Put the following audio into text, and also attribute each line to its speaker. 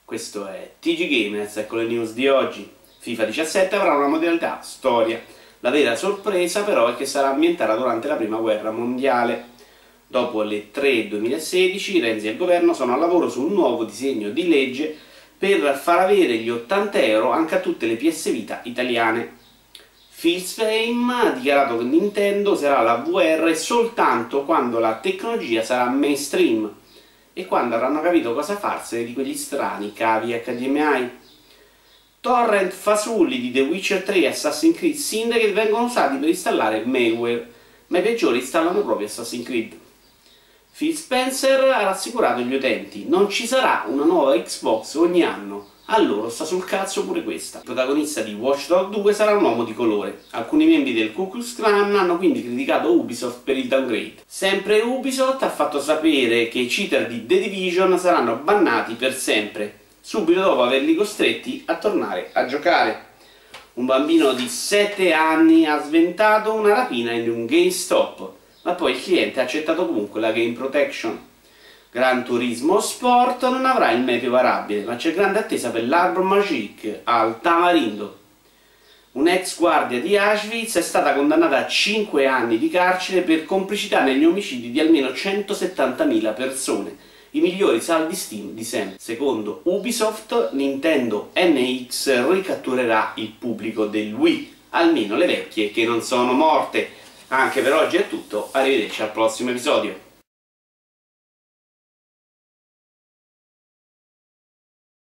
Speaker 1: Questo è TG Gamers, ecco le news di oggi. FIFA 17 avrà una modalità storia. La vera sorpresa però è che sarà ambientata durante la prima guerra mondiale. Dopo le 3 2016, Renzi e il governo sono al lavoro su un nuovo disegno di legge per far avere gli 80 euro anche a tutte le PS Vita italiane. Phil Swain ha dichiarato che Nintendo userà la VR soltanto quando la tecnologia sarà mainstream e quando avranno capito cosa farsene di quegli strani cavi HDMI. Torrent fasulli di The Witcher 3 e Assassin's Creed Syndicate vengono usati per installare malware, ma i peggiori installano proprio Assassin's Creed. Phil Spencer ha rassicurato gli utenti: non ci sarà una nuova Xbox ogni anno, a loro sta sul cazzo pure questa. Il protagonista di Watch Dogs 2 sarà un uomo di colore. Alcuni membri del Ku Klux Klan hanno quindi criticato Ubisoft per il downgrade. Sempre Ubisoft ha fatto sapere che i cheater di The Division saranno bannati per sempre, subito dopo averli costretti a tornare a giocare. Un bambino di 7 anni ha sventato una rapina in un GameStop, ma poi il cliente ha accettato comunque la Game Protection. Gran Turismo Sport non avrà il meteo variabile, ma c'è grande attesa per l'Arbre Magique al Tamarindo. Un'ex guardia di Auschwitz è stata condannata a 5 anni di carcere per complicità negli omicidi di almeno 170.000 persone, i migliori saldi Steam di sempre. Secondo Ubisoft, Nintendo NX ricatturerà il pubblico del Wii, almeno le vecchie che non sono morte. Anche per oggi è tutto, arrivederci al prossimo episodio.